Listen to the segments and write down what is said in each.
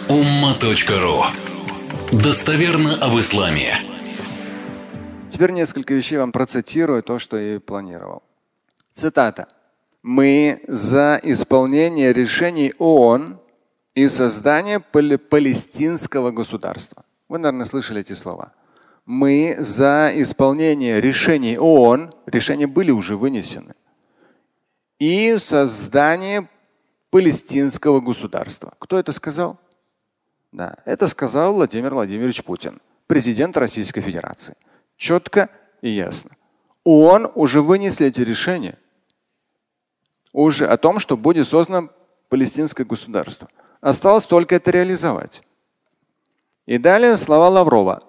umma.ru. Достоверно об исламе. Теперь несколько вещей вам процитирую, то, что я и планировал. Цитата. «Мы за исполнение решений ООН и создание палестинского государства». Вы, наверное, слышали эти слова. Мы за исполнение решений ООН, решения были уже вынесены, и создание палестинского государства. Кто это сказал? Да, это сказал Владимир Владимирович Путин, президент Российской Федерации. Четко и ясно. ООН уже вынесли эти решения уже о том, что будет создано палестинское государство. Осталось только это реализовать. И далее слова Лаврова.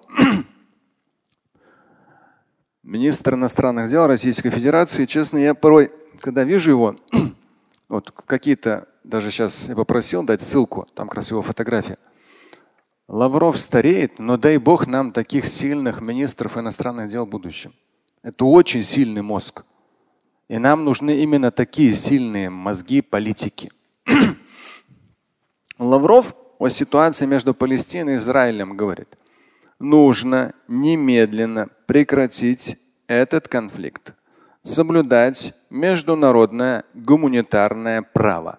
Министр иностранных дел Российской Федерации. Честно, я порой, когда вижу его, вот какие-то, даже сейчас я попросил дать ссылку, там красивая фотография. Лавров стареет, но дай бог нам таких сильных министров иностранных дел в будущем. Это очень сильный мозг. И нам нужны именно такие сильные мозги политики. Лавров о ситуации между Палестиной и Израилем говорит: нужно немедленно прекратить этот конфликт, соблюдать международное гуманитарное право.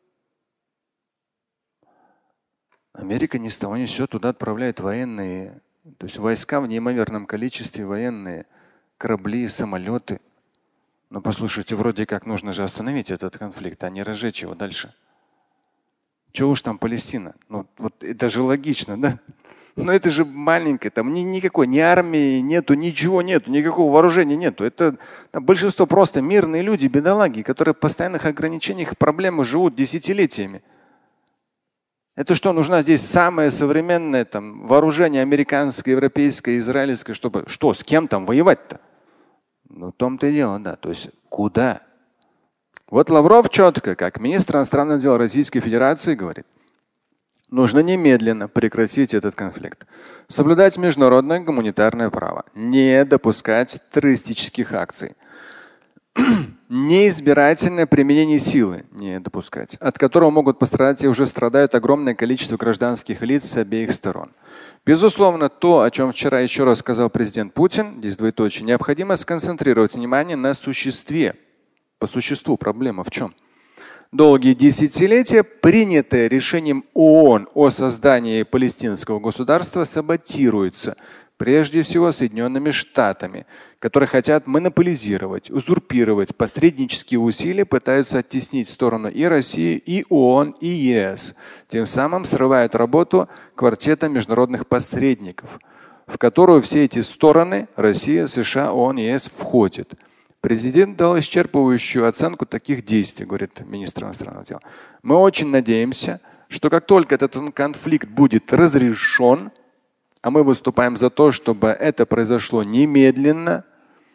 Америка ни с того ни с сего туда отправляет военные, то есть войска в неимоверном количестве, военные корабли, самолеты. Но послушайте, вроде как нужно же остановить этот конфликт, а не разжечь его дальше. Чего уж там Палестина? Ну вот это же логично, да? Но это же маленькое, там никакой, ни армии нету, ничего нету, никакого вооружения нету. Это там большинство просто мирные люди, бедолаги, которые в постоянных ограничениях и проблемах живут десятилетиями. Это что, нужно здесь самое современное там, вооружение американское, европейское, израильское, чтобы что, с кем там воевать-то? Ну, в том-то и дело, да. То есть куда? Вот Лавров четко, как министр иностранных дел Российской Федерации, говорит: нужно немедленно прекратить этот конфликт, соблюдать международное гуманитарное право, не допускать террористических акций, неизбирательное применение силы не допускать, от которого могут пострадать и уже страдают огромное количество гражданских лиц с обеих сторон. Безусловно, то, о чем вчера еще раз сказал президент Путин, здесь двоеточие, необходимо сконцентрировать внимание на существе. По существу проблема в чем? Долгие десятилетия принятое решением ООН о создании палестинского государства саботируется прежде всего Соединенными Штатами, которые хотят монополизировать, узурпировать посреднические усилия, пытаются оттеснить в сторону и России, и ООН, и ЕС. Тем самым срывают работу квартета международных посредников, в которую все эти стороны – Россия, США, ООН, ЕС – входят. Президент дал исчерпывающую оценку таких действий, говорит министр иностранных дел. Мы очень надеемся, что как только этот конфликт будет разрешен, а мы выступаем за то, чтобы это произошло немедленно,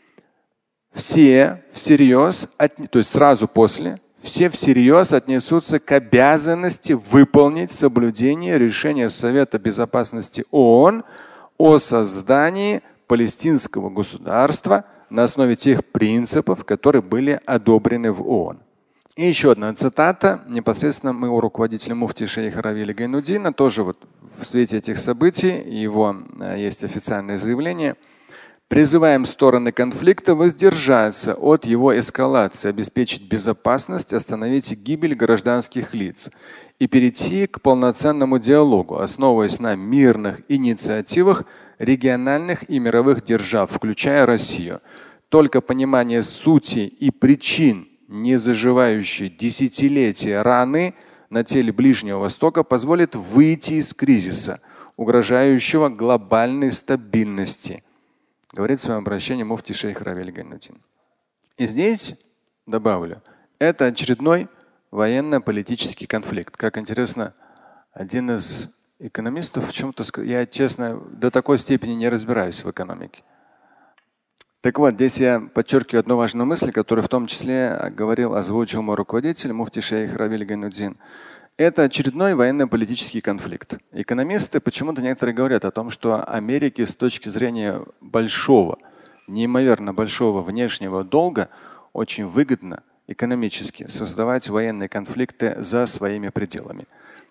все всерьез, то есть сразу после, все всерьез отнесутся к обязанности выполнить соблюдение решения Совета Безопасности ООН о создании палестинского государства на основе тех принципов, которые были одобрены в ООН. И еще одна цитата, непосредственно моего руководителя муфти шейха Равиля Гайнуддина, тоже вот в свете этих событий, его есть официальное заявление. Призываем стороны конфликта воздержаться от его эскалации, обеспечить безопасность, остановить гибель гражданских лиц и перейти к полноценному диалогу, основываясь на мирных инициативах региональных и мировых держав, включая Россию. Только понимание сути и причин незаживающей десятилетия раны на теле Ближнего Востока позволит выйти из кризиса, угрожающего глобальной стабильности, говорит в своем обращении муфти шейх Равиль Гайнуддин. И здесь добавлю, это очередной военно-политический конфликт. Как интересно, один из экономистов почему-то сказал, я честно до такой степени не разбираюсь в экономике. Так вот, здесь я подчеркиваю одну важную мысль, которую в том числе озвучил мой руководитель, муфти шейх Равиль Гайнуддин. Это очередной военно-политический конфликт. Экономисты почему-то некоторые говорят о том, что Америке с точки зрения большого, неимоверно большого внешнего долга очень выгодно экономически создавать военные конфликты за своими пределами.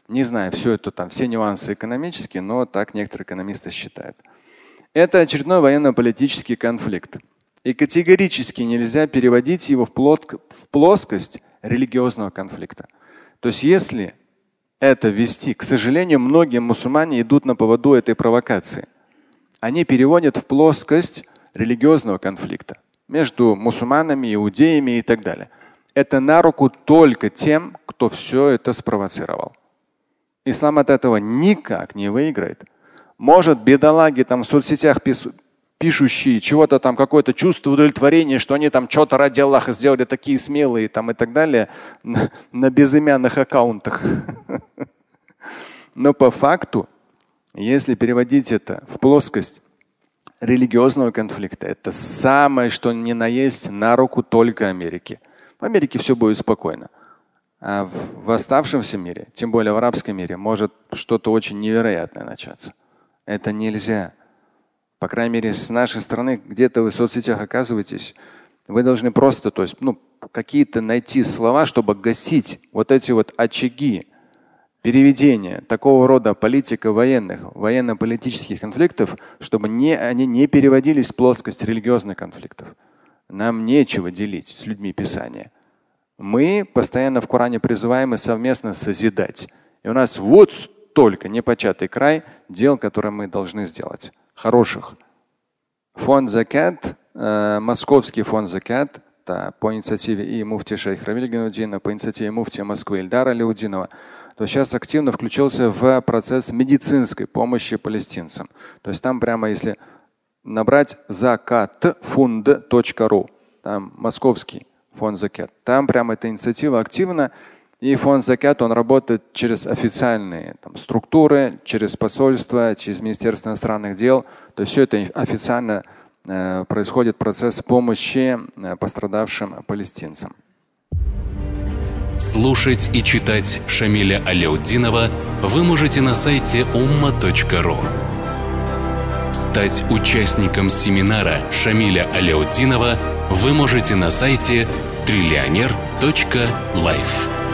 Не знаю, все нюансы экономические, но так некоторые экономисты считают. Это очередной военно-политический конфликт. И категорически нельзя переводить его в плоскость религиозного конфликта. То есть если это вести, к сожалению, многие мусульмане идут на поводу этой провокации. Они переводят в плоскость религиозного конфликта между мусульманами, иудеями и так далее. Это на руку только тем, кто все это спровоцировал. Ислам от этого никак не выиграет. Может, бедолаги там в соцсетях пишущие чего-то там, какое-то чувство удовлетворения, что они там что-то ради Аллаха сделали такие смелые там и так далее на безымянных аккаунтах. Но по факту, если переводить это в плоскость религиозного конфликта, это самое, что ни на есть, на руку только Америке. В Америке все будет спокойно. А в оставшемся мире, тем более в арабском мире, может что-то очень невероятное начаться. Это нельзя. По крайней мере, с нашей стороны, где-то вы в соцсетях оказываетесь, вы должны просто, какие-то найти слова, чтобы гасить вот эти вот очаги переведения такого рода политика военных, военно-политических конфликтов, чтобы они не переводились в плоскость религиозных конфликтов. Нам нечего делить с людьми Писания. Мы постоянно в Коране призываем и совместно созидать. И у нас вот столько непочатый край дел, которые мы должны сделать. Хороших. Фонд Закат, Московский фонд Закат, по инициативе и муфти шейха Равиля Гайнутдинова, по инициативе муфти Москвы Ильдара Алиутдинова, то сейчас активно включился в процесс медицинской помощи палестинцам. То есть там прямо если набрать zakatfund.ru, там московский фонд Закат, там прямо эта инициатива активна. И фонд Закат, он работает через официальные структуры, через посольства, через Министерство иностранных дел. То есть все это официально происходит процесс помощи пострадавшим палестинцам. Слушать и читать Шамиля Аляутдинова вы можете на сайте umma.ru. Стать участником семинара Шамиля Аляутдинова вы можете на сайте trillioner.life.